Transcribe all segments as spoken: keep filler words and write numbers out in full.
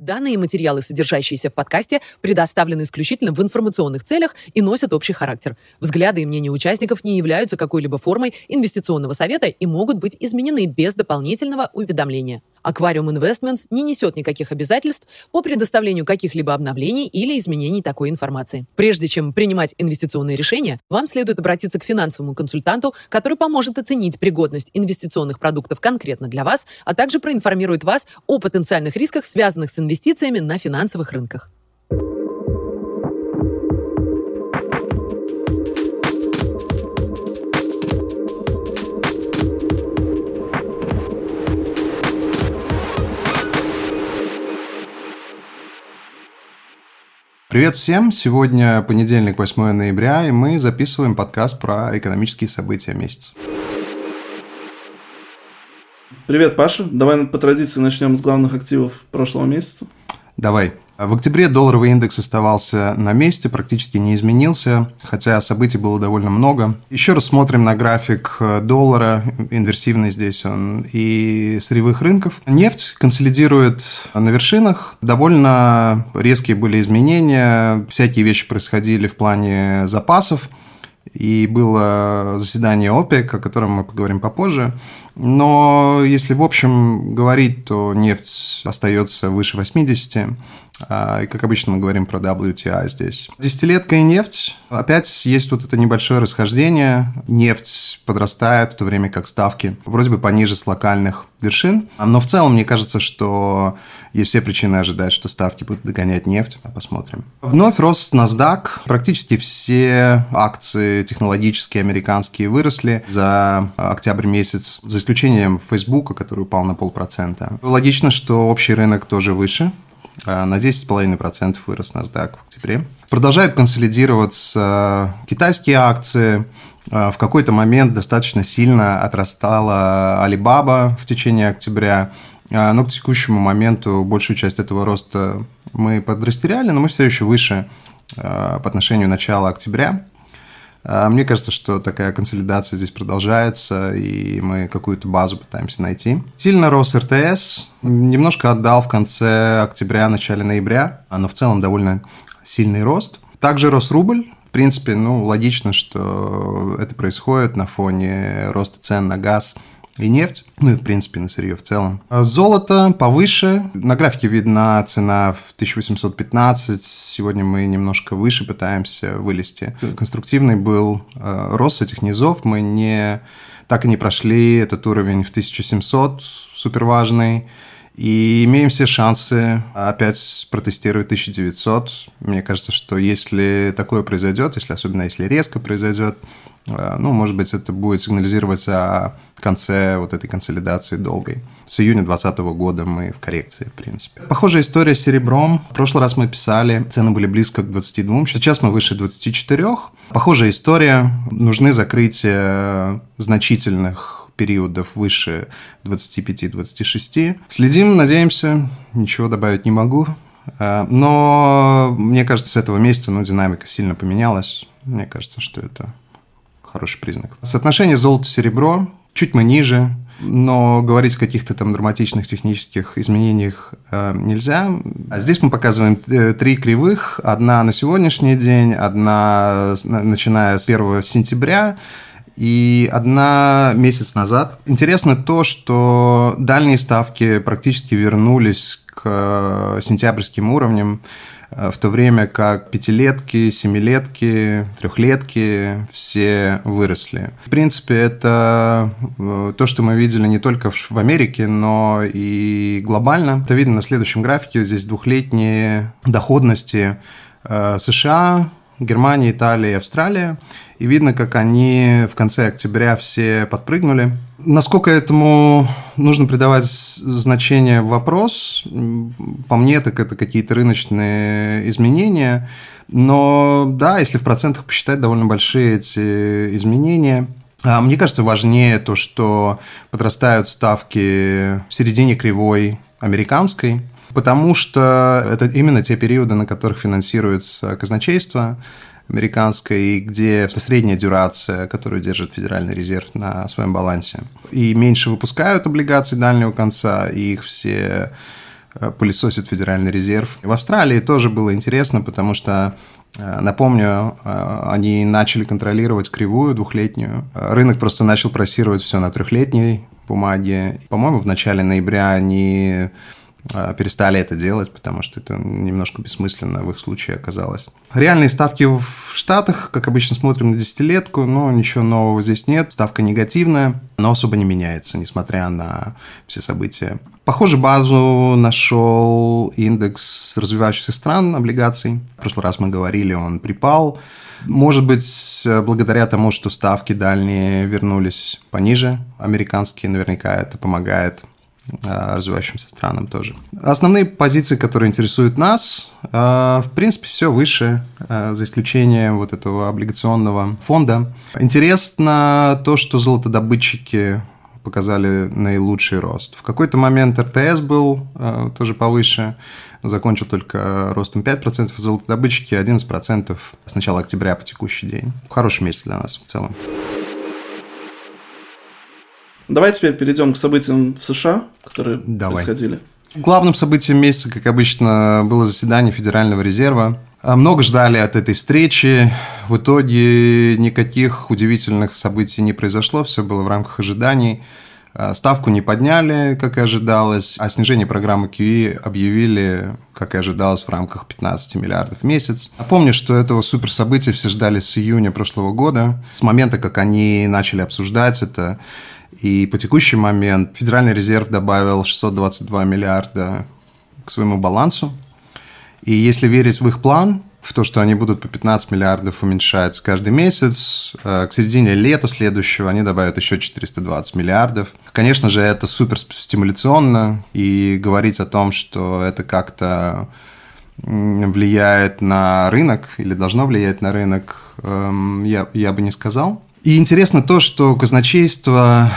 Данные материалы, содержащиеся в подкасте, предоставлены исключительно в информационных целях и носят общий характер. Взгляды и мнения участников не являются какой-либо формой инвестиционного совета и могут быть изменены без дополнительного уведомления. Аквариум Investments не несет никаких обязательств по предоставлению каких-либо обновлений или изменений такой информации. Прежде чем принимать инвестиционные решения, вам следует обратиться к финансовому консультанту, который поможет оценить пригодность инвестиционных продуктов конкретно для вас, а также проинформирует вас о потенциальных рисках, связанных с инвестициями на финансовых рынках. Привет всем! Сегодня понедельник, восьмое ноября, и мы записываем подкаст про экономические события месяца. Привет, Паша. Давай по традиции начнем с главных активов прошлого месяца. Давай. В октябре долларовый индекс оставался на месте, практически не изменился, хотя событий было довольно много. Еще раз смотрим на график доллара, инверсивный здесь он, и сырьевых рынков. Нефть консолидирует на вершинах, довольно резкие были изменения, всякие вещи происходили в плане запасов. И было заседание ОПЕК, о котором мы поговорим попозже. Но если в общем говорить, то нефть остается выше восьмидесяти. И, как обычно, мы говорим про дабл ю ти ай здесь. Десятилетка и нефть. Опять есть вот это небольшое расхождение. Нефть подрастает, в то время как ставки вроде бы пониже с локальных вершин. Но в целом, мне кажется, что есть все причины ожидать, что ставки будут догонять нефть. Посмотрим. Вновь рос NASDAQ. Практически все акции технологические американские выросли за октябрь месяц, за исключением Facebook, который упал на полпроцента. Логично, что общий рынок тоже выше. На десять целых пять десятых процента вырос NASDAQ в октябре. Продолжают консолидироваться китайские акции. В какой-то момент достаточно сильно отрастала Alibaba в течение октября. Но к текущему моменту большую часть этого роста мы подрастеряли, но мы все еще выше по отношению к началу октября. Мне кажется, что такая консолидация здесь продолжается, и мы какую-то базу пытаемся найти. Сильно рос эр тэ эс, немножко отдал в конце октября, начале ноября, но в целом довольно сильный рост. Также рос рубль. В принципе, ну, логично, что это происходит на фоне роста цен на газ и нефть, ну и, в принципе, на сырье в целом. Золото повыше. На графике видна цена в тысяча восемьсот пятнадцать. Сегодня мы немножко выше пытаемся вылезти. Конструктивный был рост этих низов. Мы не, так и не прошли этот уровень в тысяча семьсот, супер важный. И имеем все шансы опять протестировать тысяча девятьсот. Мне кажется, что если такое произойдет, если особенно если резко произойдет, ну, может быть, это будет сигнализировать о конце вот этой консолидации долгой. С июня двадцатого года мы в коррекции, в принципе. Похожая история с серебром. В прошлый раз мы писали, цены были близко к двадцати двум, сейчас мы выше двадцати четырёх. Похожая история. Нужны закрытия значительных периодов выше двадцати пяти - двадцати шести. Следим, надеемся, ничего добавить не могу. Но мне кажется, с этого месяца ну, динамика сильно поменялась. Мне кажется, что это хороший признак. Соотношение золото-серебро чуть мы ниже, но говорить о каких-то там драматичных технических изменениях э, нельзя. А здесь мы показываем три кривых. Одна на сегодняшний день, одна начиная с первого сентября, и одна месяц назад. Интересно то, что дальние ставки практически вернулись к сентябрьским уровням, в то время как пятилетки, семилетки, трехлетки все выросли. В принципе, это то, что мы видели не только в Америке, но и глобально. Это видно на следующем графике. Здесь двухлетние доходности США, Германия, Италия и Австралия. И видно, как они в конце октября все подпрыгнули. Насколько этому нужно придавать значение, вопрос. По мне, так это какие-то рыночные изменения. Но да, если в процентах посчитать, довольно большие эти изменения. Мне кажется, важнее то, что подрастают ставки в середине кривой американской, потому что это именно те периоды, на которых финансируется казначейство американское, и где средняя дюрация, которую держит Федеральный резерв на своем балансе. И меньше выпускают облигаций дальнего конца, и их все пылесосит Федеральный резерв. В Австралии тоже было интересно, потому что, напомню, они начали контролировать кривую двухлетнюю. Рынок просто начал просировать все на трехлетней бумаге. По-моему, в начале ноября они перестали это делать, потому что это немножко бессмысленно в их случае оказалось. Реальные ставки в Штатах, как обычно, смотрим на десятилетку, но ничего нового здесь нет. Ставка негативная, но особо не меняется, несмотря на все события. Похоже, базу нашел индекс развивающихся стран облигаций. В прошлый раз мы говорили, он припал. Может быть, благодаря тому, что ставки дальние вернулись пониже, американские, наверняка это помогает развивающимся странам тоже. Основные позиции, которые интересуют нас, в принципе, все выше, за исключением вот этого облигационного фонда. Интересно то, что золотодобытчики показали наилучший рост. В какой-то момент эр тэ эс был тоже повыше, но закончил только ростом пять процентов, золотодобытчики одиннадцать процентов с начала октября по текущий день. Хороший месяц для нас в целом. Давай теперь перейдем к событиям в США, которые Давай. происходили. Главным событием месяца, как обычно, было заседание Федерального резерва. Много ждали от этой встречи. В итоге никаких удивительных событий не произошло. Все было в рамках ожиданий. Ставку не подняли, как и ожидалось. А снижение программы кью и объявили, как и ожидалось, в рамках пятнадцать миллиардов в месяц. Напомню, что этого суперсобытия все ждали с июня прошлого года. С момента, как они начали обсуждать это. И по текущий момент Федеральный резерв добавил шестьсот двадцать два миллиарда к своему балансу. И если верить в их план, в то, что они будут по пятнадцать миллиардов уменьшать каждый месяц, к середине лета следующего они добавят еще четыреста двадцать миллиардов. Конечно же, это супер стимуляционно, и говорить о том, что это как-то влияет на рынок или должно влиять на рынок, я, я бы не сказал. И интересно то, что казначейство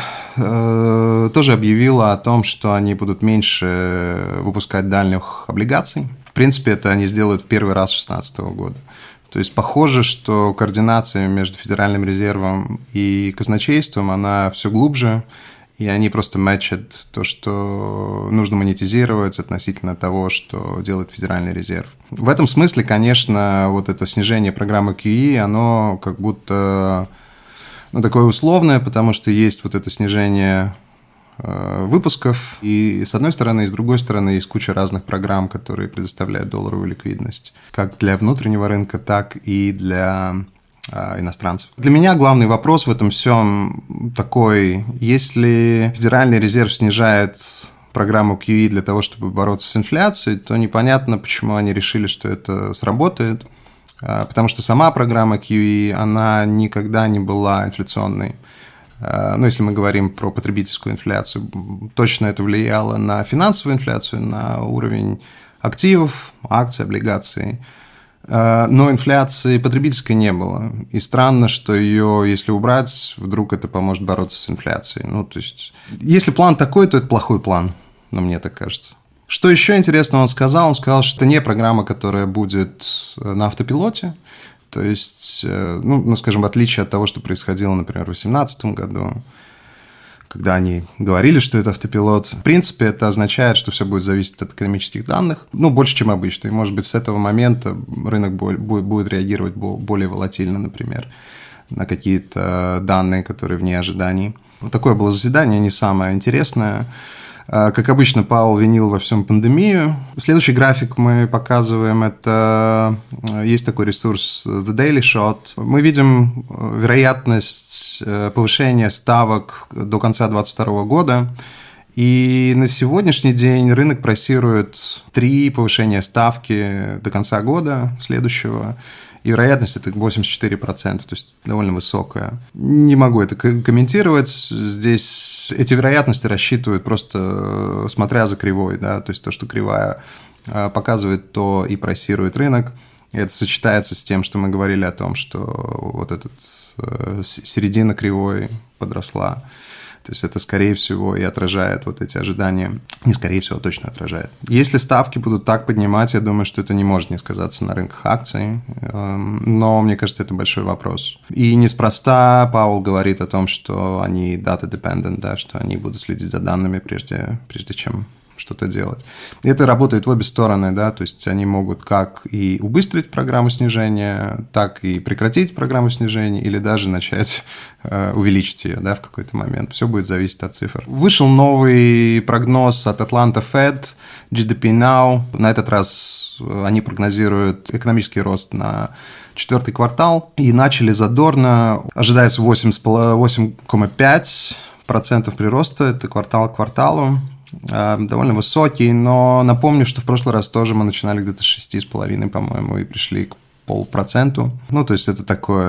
э, тоже объявило о том, что они будут меньше выпускать дальних облигаций. В принципе, это они сделают в первый раз с две тысячи шестнадцатого года. То есть похоже, что координация между Федеральным резервом и казначейством, она все глубже, и они просто матчат то, что нужно монетизировать относительно того, что делает Федеральный резерв. В этом смысле, конечно, вот это снижение программы кью и, оно как будто... Ну, такое условное, потому что есть вот это снижение э, выпусков, и с одной стороны, и с другой стороны есть куча разных программ, которые предоставляют долларовую ликвидность, как для внутреннего рынка, так и для э, иностранцев. Для меня главный вопрос в этом всем такой: если Федеральный резерв снижает программу кью и для того, чтобы бороться с инфляцией, то непонятно, почему они решили, что это сработает. Потому что сама программа кью и, она никогда не была инфляционной. Ну, если мы говорим про потребительскую инфляцию, точно это влияло на финансовую инфляцию, на уровень активов, акций, облигаций. Но инфляции потребительской не было. И странно, что ее, если убрать, вдруг это поможет бороться с инфляцией. Ну, то есть, если план такой, то это плохой план, но мне так кажется. Что еще интересно он сказал? Он сказал, что это не программа, которая будет на автопилоте. То есть, ну, ну, скажем, в отличие от того, что происходило, например, в две тысячи восемнадцатом году, когда они говорили, что это автопилот. В принципе, это означает, что все будет зависеть от экономических данных, ну, больше, чем обычно. И, может быть, с этого момента рынок будет реагировать более волатильно, например, на какие-то данные, которые вне ожиданий. Вот такое было заседание, не самое интересное. Как обычно, Пауэлл винил во всем пандемию. Следующий график мы показываем, это есть такой ресурс The Daily Shot. Мы видим вероятность повышения ставок до конца две тысячи двадцать второго года. И на сегодняшний день рынок просирует три повышения ставки до конца года следующего. И вероятность это восемьдесят четыре процента, то есть довольно высокая. Не могу это комментировать. Здесь эти вероятности рассчитывают просто смотря за кривой, да, то есть то, что кривая показывает, то и просирует рынок. И это сочетается с тем, что мы говорили о том, что вот эта середина кривой подросла. То есть это, скорее всего, и отражает вот эти ожидания. Не скорее всего, точно отражает. Если ставки будут так поднимать, я думаю, что это не может не сказаться на рынках акций. Но, мне кажется, это большой вопрос. И неспроста Пауэлл говорит о том, что они data-dependent, да, что они будут следить за данными, прежде, прежде чем что-то делать. И это работает в обе стороны, да, то есть они могут как и убыстрить программу снижения, так и прекратить программу снижения или даже начать э, увеличить ее, да, в какой-то момент. Все будет зависеть от цифр. Вышел новый прогноз от Atlanta Fed, джи ди пи Now. На этот раз они прогнозируют экономический рост на четвертый квартал и начали задорно. Ожидается восемь целых пять десятых процента прироста, это квартал к кварталу. Довольно высокий, но напомню, что в прошлый раз тоже мы начинали где-то с шести с половиной, по-моему, и пришли к полпроценту. Ну, то есть это такой,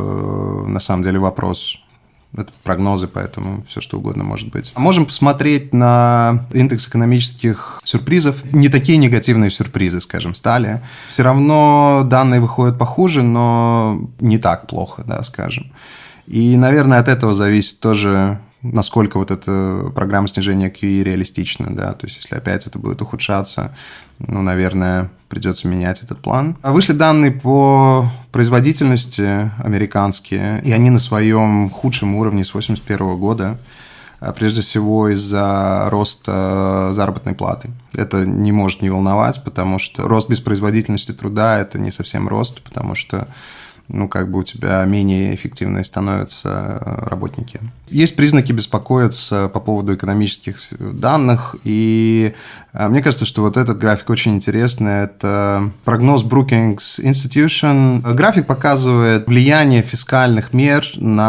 на самом деле, вопрос. Это прогнозы, поэтому все что угодно может быть. Можем посмотреть на индекс экономических сюрпризов. Не такие негативные сюрпризы, скажем, стали. Все равно данные выходят похуже, но не так плохо, да, скажем. И, наверное, от этого зависит тоже, насколько вот эта программа снижения кью и реалистична, да, то есть если опять это будет ухудшаться, ну, наверное, придется менять этот план. Вышли данные по производительности американские, и они на своем худшем уровне с восемьдесят первого года, прежде всего из-за роста заработной платы. Это не может не волновать, потому что рост без производительности труда – это не совсем рост, потому что ну, как бы у тебя менее эффективные становятся работники. Есть признаки беспокоиться по поводу экономических данных, и мне кажется, что вот этот график очень интересный. Это прогноз Brookings Institution. График показывает влияние фискальных мер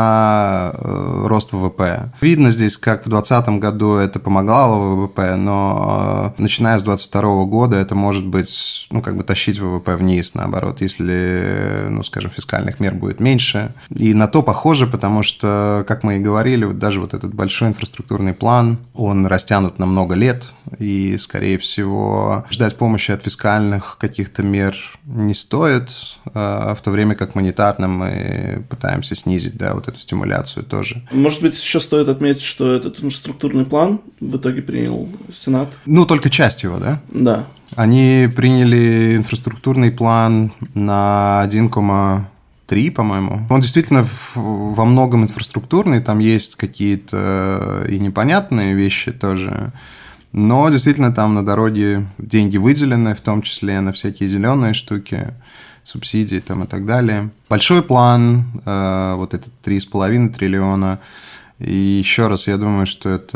на рост вэ вэ пэ. Видно здесь, как в двадцатом году это помогало вэ вэ пэ, но начиная с двадцать второго года это может быть, ну, как бы тащить вэ вэ пэ вниз, наоборот, если, ну, скажем, фискальных мер будет меньше. И на то похоже, потому что, как мы и говорили, вот даже вот этот большой инфраструктурный план, он растянут на много лет, и, скорее всего, ждать помощи от фискальных каких-то мер не стоит, в то время как монетарно мы пытаемся снизить, да, вот эту стимуляцию тоже. Может быть, еще стоит отметить, что этот инфраструктурный план в итоге принял Сенат? Ну, только часть его, да? Да. Они приняли инфраструктурный план на один целых три, по-моему. Он действительно во многом инфраструктурный, там есть какие-то и непонятные вещи тоже, но действительно там на дороге деньги выделены, в том числе на всякие зеленые штуки, субсидии там и так далее. Большой план, вот этот три с половиной триллиона. И еще раз, я думаю, что это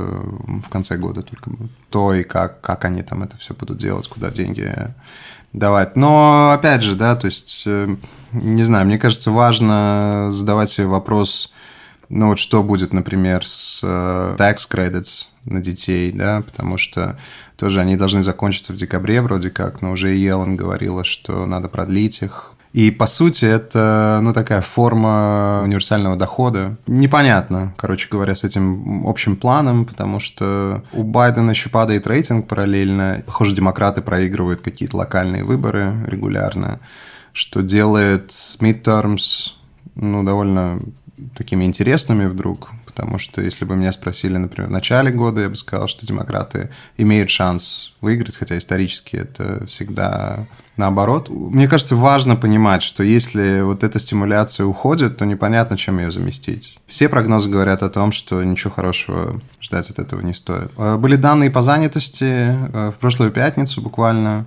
в конце года только будет. То и как, как они там это все будут делать, куда деньги давать. Но, опять же, да, то есть, не знаю, мне кажется, важно задавать себе вопрос, ну, вот что будет, например, с tax credits на детей, да, потому что тоже они должны закончиться в декабре вроде как, но уже Йеллен говорила, что надо продлить их. И, по сути, это, ну, такая форма универсального дохода. Непонятно, короче говоря, с этим общим планом, потому что у Байдена еще падает рейтинг параллельно. Похоже, демократы проигрывают какие-то локальные выборы регулярно, что делает midterms, ну, довольно такими интересными вдруг. Потому что если бы меня спросили, например, в начале года, я бы сказал, что демократы имеют шанс выиграть, хотя исторически это всегда наоборот. Мне кажется, важно понимать, что если вот эта стимуляция уходит, то непонятно, чем ее заместить. Все прогнозы говорят о том, что ничего хорошего ждать от этого не стоит. Были данные по занятости в прошлую пятницу буквально,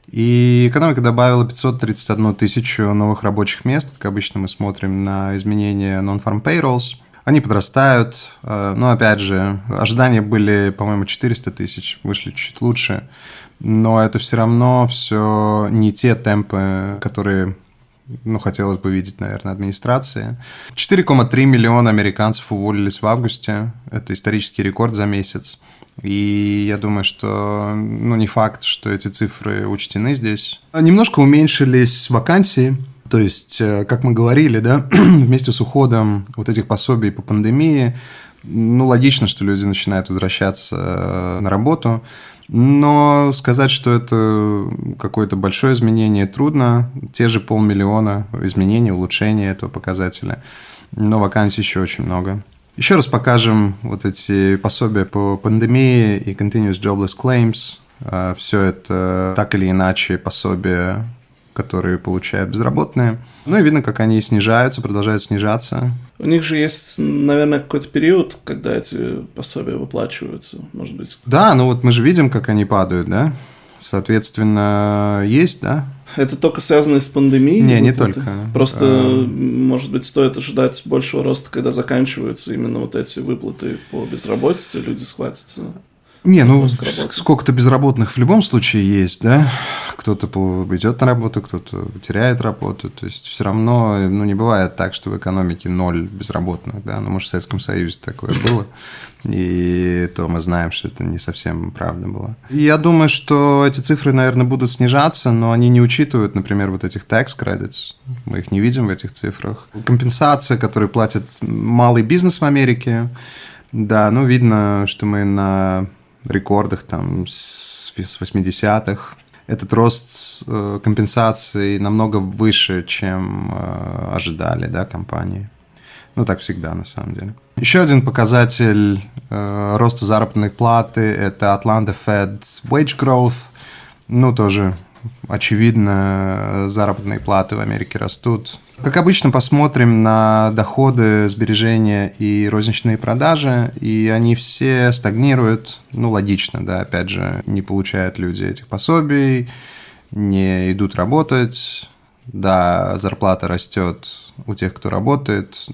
и экономика добавила пятьсот тридцать одну тысячу новых рабочих мест. Как обычно, мы смотрим на изменения non-farm payrolls. Они подрастают, но, опять же, ожидания были, по-моему, четыреста тысяч, вышли чуть лучше, но это все равно все не те темпы, которые, ну, хотелось бы видеть, наверное, администрации. четыре целых три миллиона американцев уволились в августе, это исторический рекорд за месяц, и я думаю, что, ну, не факт, что эти цифры учтены здесь. Немножко уменьшились вакансии. То есть, как мы говорили, да, вместе с уходом вот этих пособий по пандемии, ну, логично, что люди начинают возвращаться на работу, но сказать, что это какое-то большое изменение, трудно. Те же полмиллиона изменений, улучшения этого показателя, но вакансий еще очень много. Еще раз покажем вот эти пособия по пандемии и Continuous Jobless Claims. Все это так или иначе пособия которые получают безработные. Ну и видно, как они снижаются, продолжают снижаться. У них же есть, наверное, какой-то период, когда эти пособия выплачиваются, может быть. Да, ну вот мы же видим, как они падают, да? Соответственно, есть, да? Это только связано с пандемией? Не, не вот только. Просто, а... может быть, стоит ожидать большего роста, когда заканчиваются именно вот эти выплаты по безработице, люди схватятся. Не, ну сколько-то безработных в любом случае есть, да? Кто-то идет на работу, кто-то теряет работу. То есть все равно, ну, не бывает так, что в экономике ноль безработных, да? Ну, может, в Советском Союзе такое было, и то мы знаем, что это не совсем правда было. И я думаю, что эти цифры, наверное, будут снижаться, но они не учитывают, например, вот этих tax credits. Мы их не видим в этих цифрах. Компенсация, которую платит малый бизнес в Америке, да, ну, видно, что мы на рекордах там с восьмидесятых. Этот рост э, компенсаций намного выше, чем э, ожидали, да, компании. Ну, так всегда, на самом деле. Еще один показатель э, роста заработной платы – это Atlanta Fed Wage Growth. Ну, тоже очевидно, заработные платы в Америке растут. Как обычно, посмотрим на доходы, сбережения и розничные продажи, и они все стагнируют. Ну, логично, да, опять же, не получают люди этих пособий, не идут работать. Да, зарплата растет у тех, кто работает,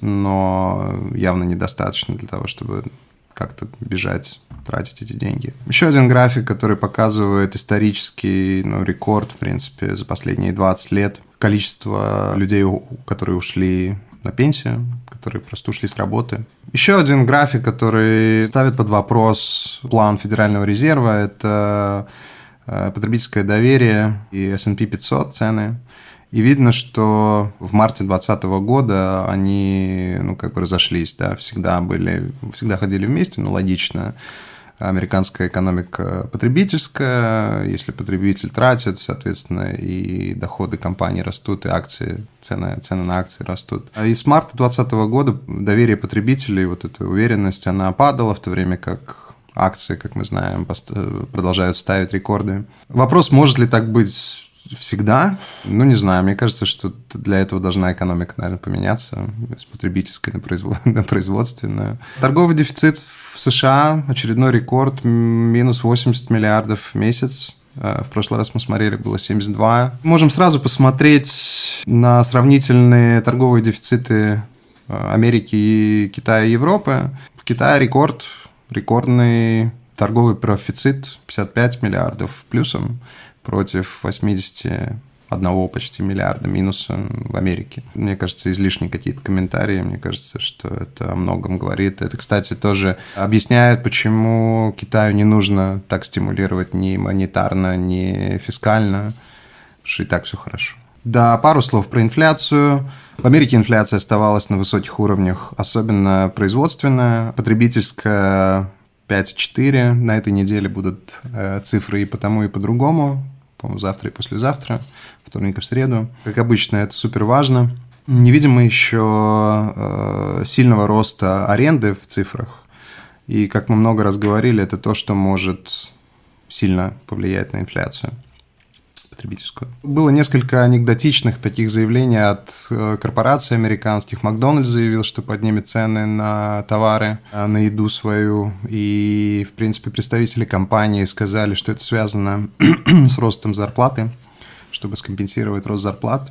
но явно недостаточно для того, чтобы как-то бежать, тратить эти деньги. Еще один график, который показывает исторический, ну, рекорд, в принципе, за последние двадцать лет. Количество людей, которые ушли на пенсию, которые просто ушли с работы. Еще один график, который ставит под вопрос план Федерального резерва, это потребительское доверие и эс энд пи пятьсот цены. И видно, что в марте двадцатого года они, ну, как бы разошлись, да, всегда были, всегда ходили вместе, ну, логично. Американская экономика потребительская, если потребитель тратит, соответственно, и доходы компании растут, и акции, цены, цены на акции растут. И с марта двадцатого года доверие потребителей, вот эта уверенность, она падала, в то время как акции, как мы знаем, продолжают ставить рекорды. Вопрос, может ли так быть всегда? Ну, не знаю, мне кажется, что для этого должна экономика, наверное, поменяться с потребительской на, производ... на производственную. Торговый дефицит в США, очередной рекорд, минус восемьдесят миллиардов в месяц. В прошлый раз мы смотрели, было семьдесят два. Можем сразу посмотреть на сравнительные торговые дефициты Америки и Китая и Европы. В Китае рекорд, рекордный торговый профицит, пятьдесят пять миллиардов плюсом, против восемьдесят один почти миллиарда минуса в Америке. Мне кажется, излишние какие-то комментарии. Мне кажется, что это о многом говорит. Это, кстати, тоже объясняет, почему Китаю не нужно так стимулировать ни монетарно, ни фискально, потому что и так все хорошо. Да, пару слов про инфляцию. В Америке инфляция оставалась на высоких уровнях, особенно производственная, потребительская пять целых четыре десятых. На этой неделе будут э, цифры и по тому, и по другому. По-моему, завтра и послезавтра, вторник и в среду. Как обычно, это супер важно. Не видим мы еще э, сильного роста аренды в цифрах. И, как мы много раз говорили, это то, что может сильно повлиять на инфляцию потребительскую. Было несколько анекдотичных таких заявлений от корпораций американских. Макдональдс заявил, что поднимет цены на товары, на еду свою. И, в принципе, представители компании сказали, что это связано с ростом зарплаты, чтобы скомпенсировать рост зарплат.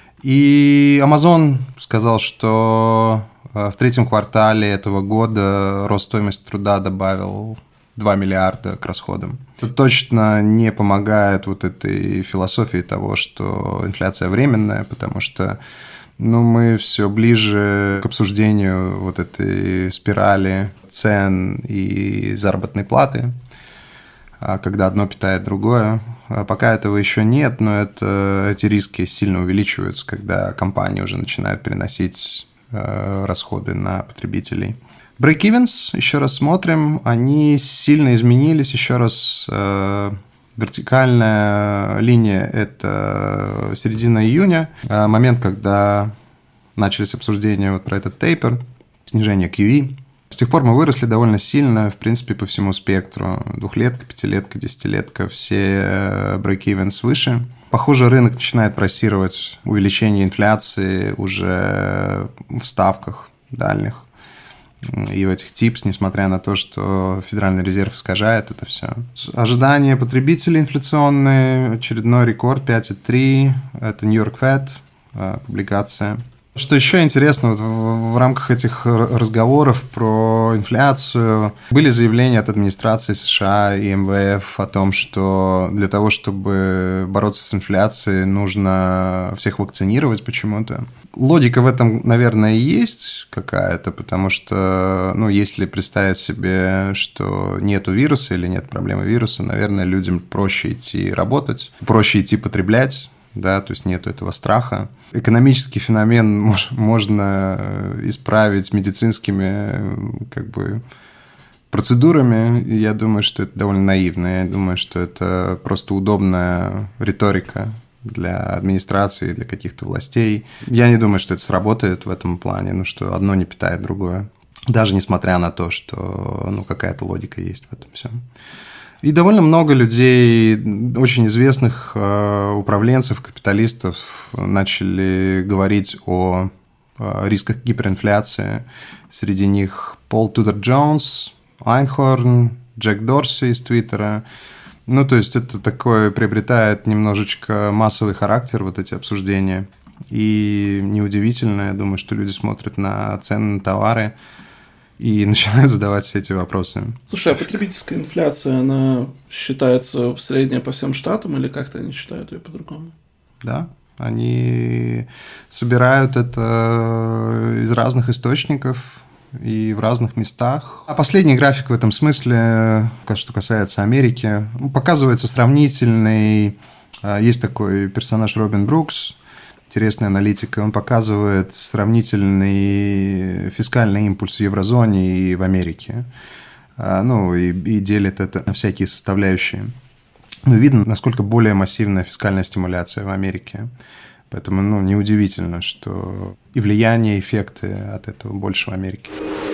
И Amazon сказал, что в третьем квартале этого года рост стоимости труда добавил два миллиарда к расходам. Это точно не помогает вот этой философии того, что инфляция временная, потому что, ну, мы все ближе к обсуждению вот этой спирали цен и заработной платы, когда одно питает другое. Пока этого еще нет, но это, эти риски сильно увеличиваются, когда компании уже начинают переносить расходы на потребителей. Break-evens, еще раз смотрим, они сильно изменились. Еще раз, э, вертикальная линия – это середина июня, э, момент, когда начались обсуждения вот про этот тейпер, снижение кью и. С тех пор мы выросли довольно сильно, в принципе, по всему спектру. Двухлетка, пятилетка, десятилетка, все break-evens выше. Похоже, рынок начинает просировать увеличение инфляции уже в ставках дальних и в этих типс, несмотря на то, что Федеральный резерв искажает это все. Ожидания потребителей инфляционные, очередной рекорд пять целых три, это Нью-Йорк Фед, публикация. Что еще интересно, вот в, в рамках этих разговоров про инфляцию были заявления от администрации США и эм вэ эф о том, что для того, чтобы бороться с инфляцией, нужно всех вакцинировать почему-то. Логика в этом, наверное, и есть какая-то, потому что, ну, если представить себе, что нету вируса или нет проблемы вируса, наверное, людям проще идти работать, проще идти потреблять. Да, то есть нету этого страха. Экономический феномен мож, можно исправить медицинскими как бы, процедурами. Я думаю, что это довольно наивно. Я думаю, что это просто удобная риторика для администрации, для каких-то властей. Я не думаю, что это сработает в этом плане, ну, что одно не питает другое. Даже несмотря на то, что ну, какая-то логика есть в этом всем. И довольно много людей, очень известных э, управленцев, капиталистов, начали говорить о э, рисках гиперинфляции. Среди них Пол Тудор Джонс, Айнхорн, Джек Дорси из Твиттера. Ну, то есть это такое приобретает немножечко массовый характер, вот эти обсуждения. И неудивительно, я думаю, что люди смотрят на цены на товары и начинают задавать все эти вопросы. Слушай, а потребительская инфляция, она считается средняя по всем штатам или как-то они считают ее по-другому? Да, они собирают это из разных источников и в разных местах. А последний график в этом смысле, что касается Америки, показывается сравнительный. Есть такой персонаж Робин Брукс, интересная аналитика, он показывает сравнительный фискальный импульс в еврозоне и в Америке. Ну, и, и делит это на всякие составляющие. Ну, видно, насколько более массивная фискальная стимуляция в Америке. Поэтому, ну, неудивительно, что и влияние, и эффекты от этого больше в Америке.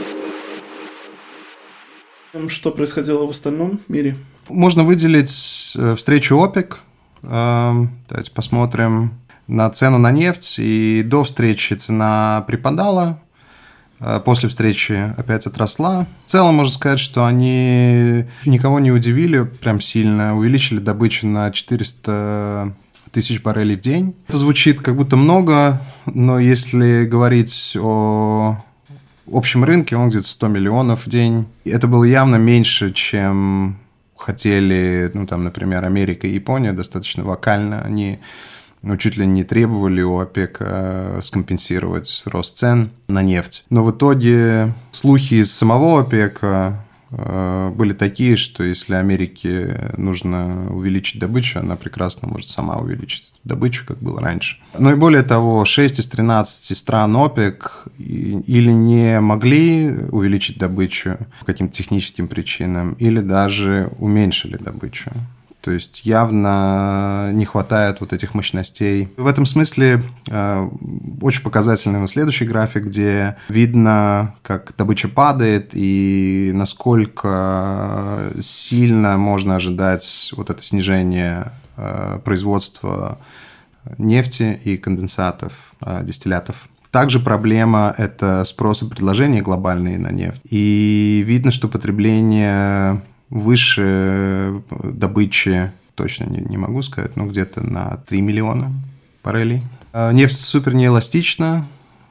Что происходило в остальном мире? Можно выделить встречу ОПЕК. Давайте посмотрим на цену на нефть, и до встречи цена припадала, после встречи опять отросла. В целом, можно сказать, что они никого не удивили прям сильно, увеличили добычу на четыреста тысяч баррелей в день. Это звучит как будто много, но если говорить о общем рынке, он где-то сто миллионов в день. Это было явно меньше, чем хотели, ну, там, например, Америка и Япония, достаточно вокально. Они ну, чуть ли не требовали у ОПЕК скомпенсировать рост цен на нефть. Но в итоге слухи из самого ОПЕКа были такие, что если Америке нужно увеличить добычу, она прекрасно может сама увеличить добычу, как было раньше. Но и более того, шесть из тринадцати стран ОПЕК или не могли увеличить добычу по каким-то техническим причинам, или даже уменьшили добычу. То есть явно не хватает вот этих мощностей. В этом смысле э, очень показательный следующий график, где видно, как добыча падает и насколько сильно можно ожидать вот это снижение э, производства нефти и конденсатов, э, дистиллятов. Также проблема – это спрос и предложение глобальные на нефть. И видно, что потребление выше добычи, точно не, не могу сказать, но где-то на три миллиона баррелей. Нефть супер неэластична,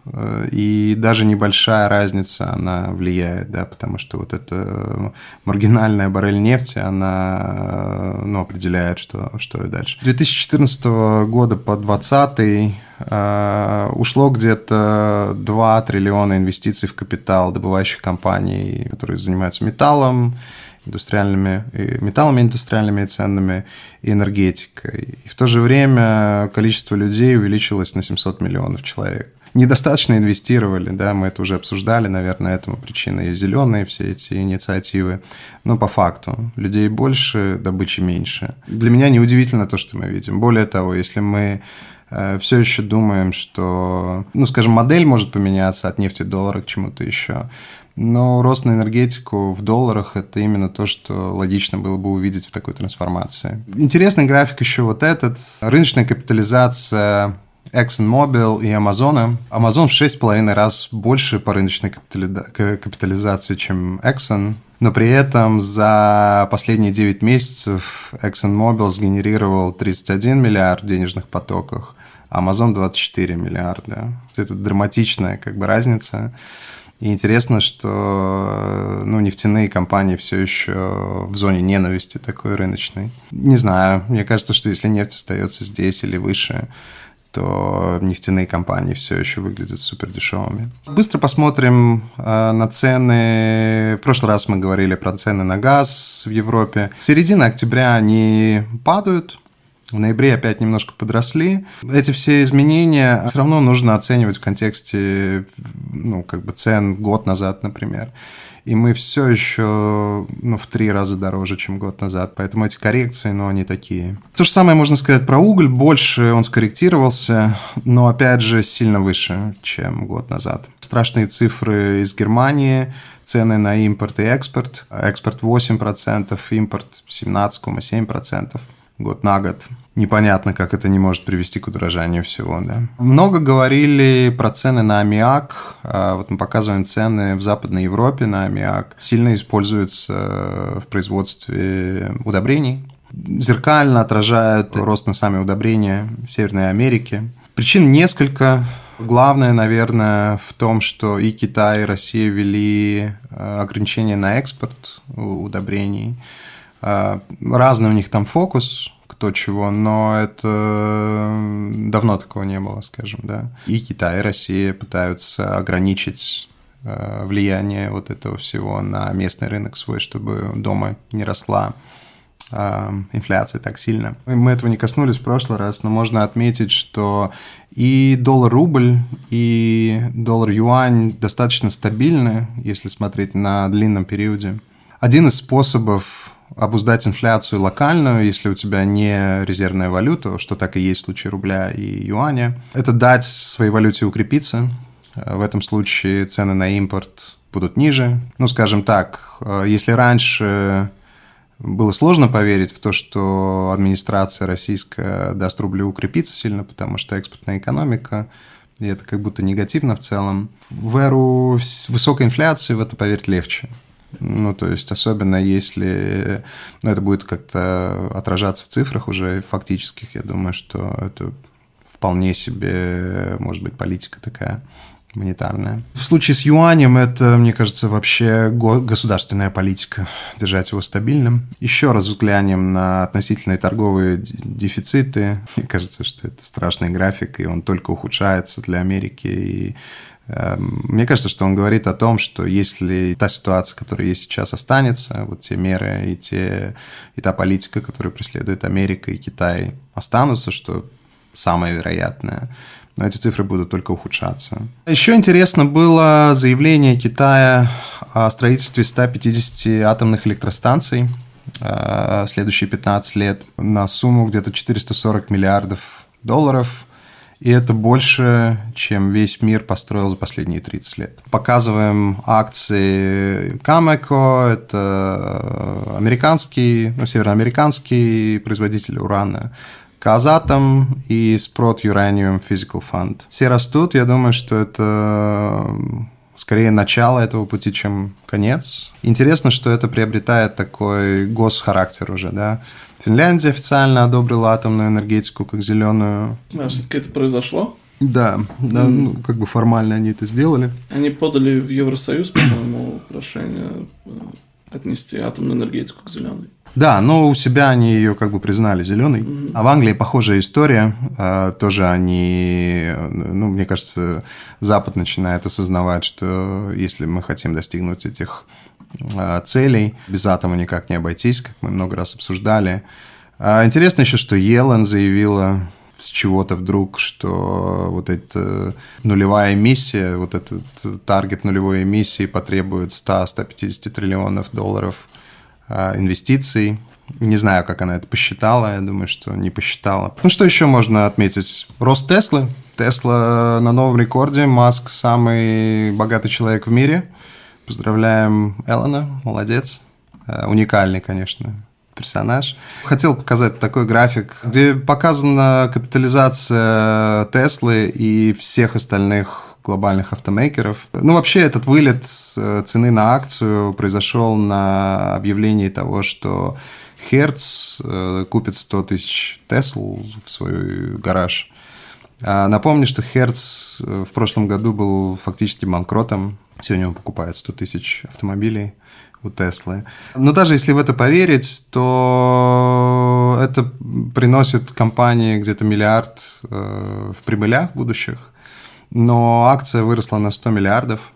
и даже небольшая разница, она влияет, да, потому что вот эта маргинальная баррель нефти, она ну, определяет, что, что и дальше. С две тысячи четырнадцатого года по двадцатый ушло где-то два триллиона инвестиций в капитал добывающих компаний, которые занимаются металлом, индустриальными, металлами индустриальными и ценными, и энергетикой. И в то же время количество людей увеличилось на семьсот миллионов человек. Недостаточно инвестировали, да, мы это уже обсуждали, наверное, этому причина и зеленые все эти инициативы. Но по факту людей больше, добычи меньше. Для меня неудивительно то, что мы видим. Более того, если мы все еще думаем, что, ну, скажем, модель может поменяться от нефти доллара к чему-то еще. Но рост на энергетику в долларах – это именно то, что логично было бы увидеть в такой трансформации. Интересный график еще вот этот. Рыночная капитализация ExxonMobil и Amazon. Amazon в шесть с половиной раз больше по рыночной капитализации, чем Exxon. Но при этом за последние девять месяцев ExxonMobil сгенерировал тридцать один миллиард в денежных потоках, а Amazon двадцать четыре миллиарда. Это драматичная как бы разница. И интересно, что ну, нефтяные компании все еще в зоне ненависти такой рыночной. Не знаю, мне кажется, что если нефть остается здесь или выше, то нефтяные компании все еще выглядят супер дешевыми. Быстро посмотрим э, на цены. В прошлый раз мы говорили про цены на газ в Европе. С середины октября они падают. В ноябре опять немножко подросли. Эти все изменения все равно нужно оценивать в контексте ну, как бы цен год назад, например. И мы все еще ну, в три раза дороже, чем год назад. Поэтому эти коррекции, ну, они такие. То же самое можно сказать про уголь. Больше он скорректировался, но, опять же, сильно выше, чем год назад. Страшные цифры из Германии. Цены на импорт и экспорт. Экспорт восемь процентов, импорт семнадцать целых семь десятых процента. Год на год. Непонятно, как это не может привести к удорожанию всего. Да? Много говорили про цены на аммиак. Вот мы показываем цены в Западной Европе на аммиак. Сильно используется в производстве удобрений. Зеркально отражает рост на сами удобрения в Северной Америке. Причин несколько. Главное, наверное, в том, что и Китай, и Россия ввели ограничения на экспорт удобрений. Разный у них там фокус, кто чего, но это давно такого не было, скажем, да. И Китай, и Россия пытаются ограничить влияние вот этого всего на местный рынок свой, чтобы дома не росла инфляция так сильно. Мы этого не коснулись в прошлый раз, но можно отметить, что и доллар-рубль, и доллар-юань достаточно стабильны, если смотреть на длинном периоде. Один из способов обуздать инфляцию локальную, если у тебя не резервная валюта, что так и есть в случае рубля и юаня, это дать своей валюте укрепиться. В этом случае цены на импорт будут ниже. Ну, скажем так, если раньше было сложно поверить в то, что администрация российская даст рублю укрепиться сильно, потому что экспортная экономика, и это как будто негативно в целом, в эру высокой инфляции в это поверить легче. Ну, то есть, особенно если ну, это будет как-то отражаться в цифрах уже фактических, я думаю, что это вполне себе может быть политика такая монетарная. В случае с юанем это, мне кажется, вообще государственная политика, держать его стабильным. Еще раз взглянем на относительные торговые дефициты. Мне кажется, что это страшный график, и он только ухудшается для Америки, и мне кажется, что он говорит о том, что если та ситуация, которая есть сейчас, останется, вот те меры и, те, и та политика, которую преследует Америка и Китай, останутся, что самое вероятное, но эти цифры будут только ухудшаться. Еще интересно было заявление Китая о строительстве ста пятидесяти атомных электростанций в следующие пятнадцать лет на сумму где-то четыреста сорок миллиардов долларов. И это больше, чем весь мир построил за последние тридцать лет. Показываем акции Cameco, это американский, ну, североамериканский производитель урана, Казатом и Sprott Uranium Physical Fund. Все растут, я думаю, что это скорее начало этого пути, чем конец. Интересно, что это приобретает такой госхарактер уже, да. Финляндия официально одобрила атомную энергетику как зеленую. А все-таки это произошло? Да, да mm. ну, как бы формально они это сделали. Они подали в Евросоюз, по-моему, прошение отнести атомную энергетику к зеленой. Да, но у себя они ее как бы признали зеленой. Mm-hmm. А в Англии похожая история. Тоже они, ну, мне кажется, Запад начинает осознавать, что если мы хотим достигнуть этих целей, без атома никак не обойтись, как мы много раз обсуждали. Интересно еще, что Йеллен заявила с чего-то вдруг, что вот эта нулевая эмиссия, вот этот таргет нулевой эмиссии потребует сто - сто пятьдесят триллионов долларов инвестиций Не знаю, как она это посчитала, я думаю, что не посчитала. Ну, что еще можно отметить? Рост Теслы. Тесла на новом рекорде. Маск самый богатый человек в мире. Поздравляем Элона, молодец. Уникальный, конечно, персонаж. Хотел показать такой график, где показана капитализация Теслы и всех остальных глобальных автомейкеров. Ну, вообще, этот вылет цены на акцию произошел на объявлении того, что Hertz купит сто тысяч Тесл в свой гараж. Напомню, что Hertz в прошлом году был фактически банкротом. Сегодня он покупает сто тысяч автомобилей у Теслы. Но даже если в это поверить, то это приносит компании где-то миллиард в прибылях будущих. Но акция выросла на сто миллиардов.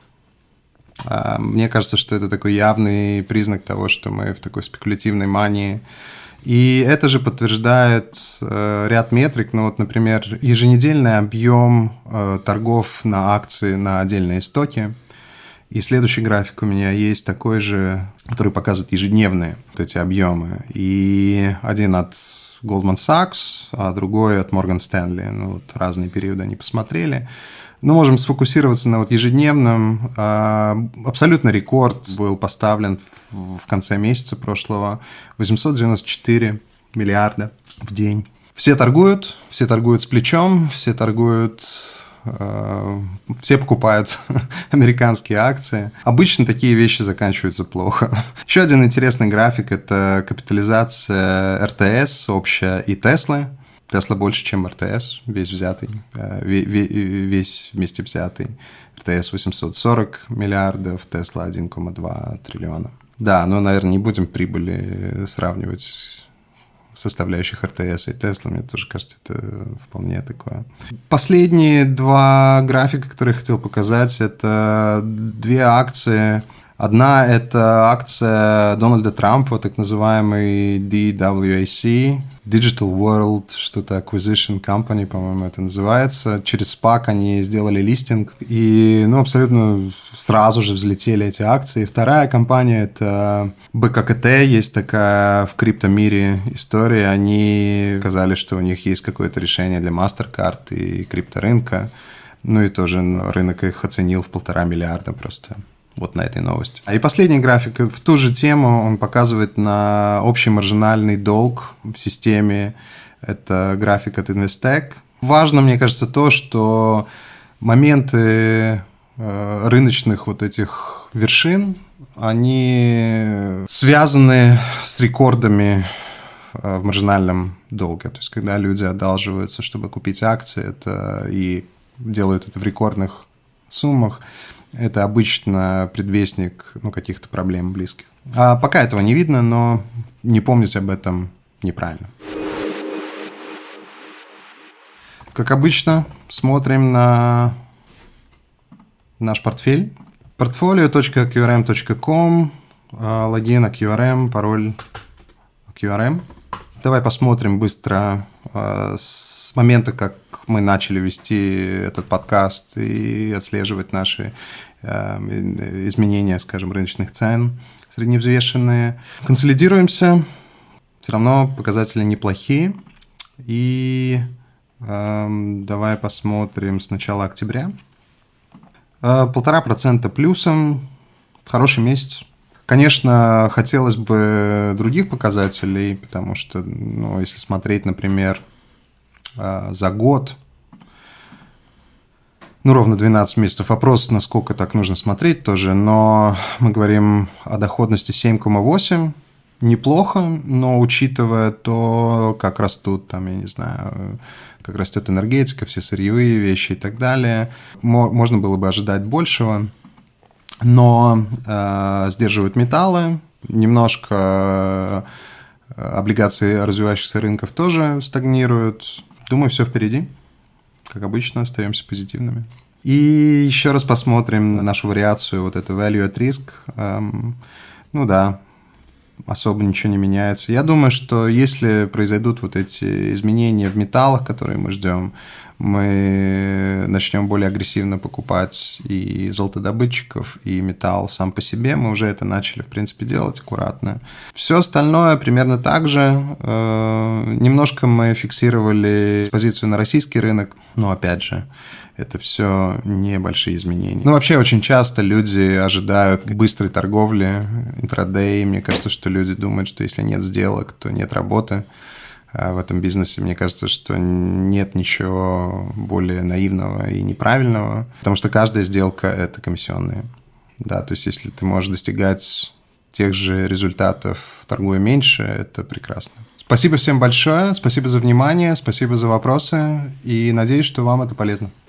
Мне кажется, что это такой явный признак того, что мы в такой спекулятивной мании. И это же подтверждает ряд метрик. Ну вот, например, еженедельный объем торгов на акции на отдельные стоки. И следующий график у меня есть такой же, который показывает ежедневные вот эти объемы. И один от Goldman Sachs, а другой от Morgan Stanley. Ну, вот разные периоды они посмотрели. Но можем сфокусироваться на вот ежедневном. Абсолютно рекорд был поставлен в конце месяца прошлого. восемьсот девяносто четыре миллиарда в день. Все торгуют, все торгуют с плечом, все торгуют... Все покупают американские акции. Обычно такие вещи заканчиваются плохо. Еще один интересный график – это капитализация эр тэ эс общая и Теслы. Тесла больше, чем эр тэ эс, весь взятый, весь вместе взятый. эр тэ эс восемьсот сорок миллиардов, Тесла один целых два триллиона. Да, но, наверное, не будем прибыли сравнивать составляющих эр тэ эс и Tesla, мне тоже кажется, это вполне такое. Последние два графика, которые я хотел показать, это две акции. Одна – это акция Дональда Трампа, так называемый ди дабл ю эй си, Digital World, что-то Acquisition Company, по-моему, это называется. Через спак они сделали листинг, и ну, абсолютно сразу же взлетели эти акции. Вторая компания – это бэ ка ка тэ, есть такая в криптомире история. Они сказали, что у них есть какое-то решение для MasterCard и крипторынка. Ну и тоже рынок их оценил в полтора миллиарда просто. Вот на этой новости. И последний график в ту же тему, он показывает на общий маржинальный долг в системе. Это график от Investec. Важно, мне кажется, то, что моменты рыночных вот этих вершин, они связаны с рекордами в маржинальном долге. То есть, когда люди одалживаются, чтобы купить акции, это и делают это в рекордных суммах, это обычно предвестник ну, каких-то проблем близких. А пока этого не видно, но не помнить об этом неправильно. Как обычно, смотрим на наш портфель. портфолио точка кью ар эм точка ком, логин эй кью ар эм, пароль эй кью ар эм. Давай посмотрим быстро с момента, как мы начали вести этот подкаст и отслеживать наши э, изменения, скажем, рыночных цен, средневзвешенные. Консолидируемся, все равно показатели неплохие. И э, давай посмотрим с начала октября. Полтора процента плюсом, хороший месяц. Конечно, хотелось бы других показателей, потому что, ну, если смотреть, например, за год, ну, ровно двенадцать месяцев. Вопрос, насколько так нужно смотреть тоже, но мы говорим о доходности семь целых восемь. Неплохо, но учитывая то, как растут, там, я не знаю, как растет энергетика, все сырьевые вещи и так далее, можно было бы ожидать большего. Но э, сдерживают металлы, немножко э, облигации развивающихся рынков тоже стагнируют. Думаю, все впереди. Как обычно, остаемся позитивными. И еще раз посмотрим на нашу вариацию, вот это value at risk. Эм, ну да, особо ничего не меняется. Я думаю, что если произойдут вот эти изменения в металлах, которые мы ждем, мы начнем более агрессивно покупать и золотодобытчиков, и металл сам по себе. Мы уже это начали, в принципе, делать аккуратно. Все остальное примерно так же. Немножко мы фиксировали позицию на российский рынок, но, опять же, это все небольшие изменения. Ну, вообще, очень часто люди ожидают быстрой торговли, интрадей. Мне кажется, что люди думают, что если нет сделок, то нет работы. В этом бизнесе, мне кажется, что нет ничего более наивного и неправильного, потому что каждая сделка – это комиссионные. Да, то есть, если ты можешь достигать тех же результатов, торгуя меньше, это прекрасно. Спасибо всем большое, спасибо за внимание, спасибо за вопросы, и надеюсь, что вам это полезно.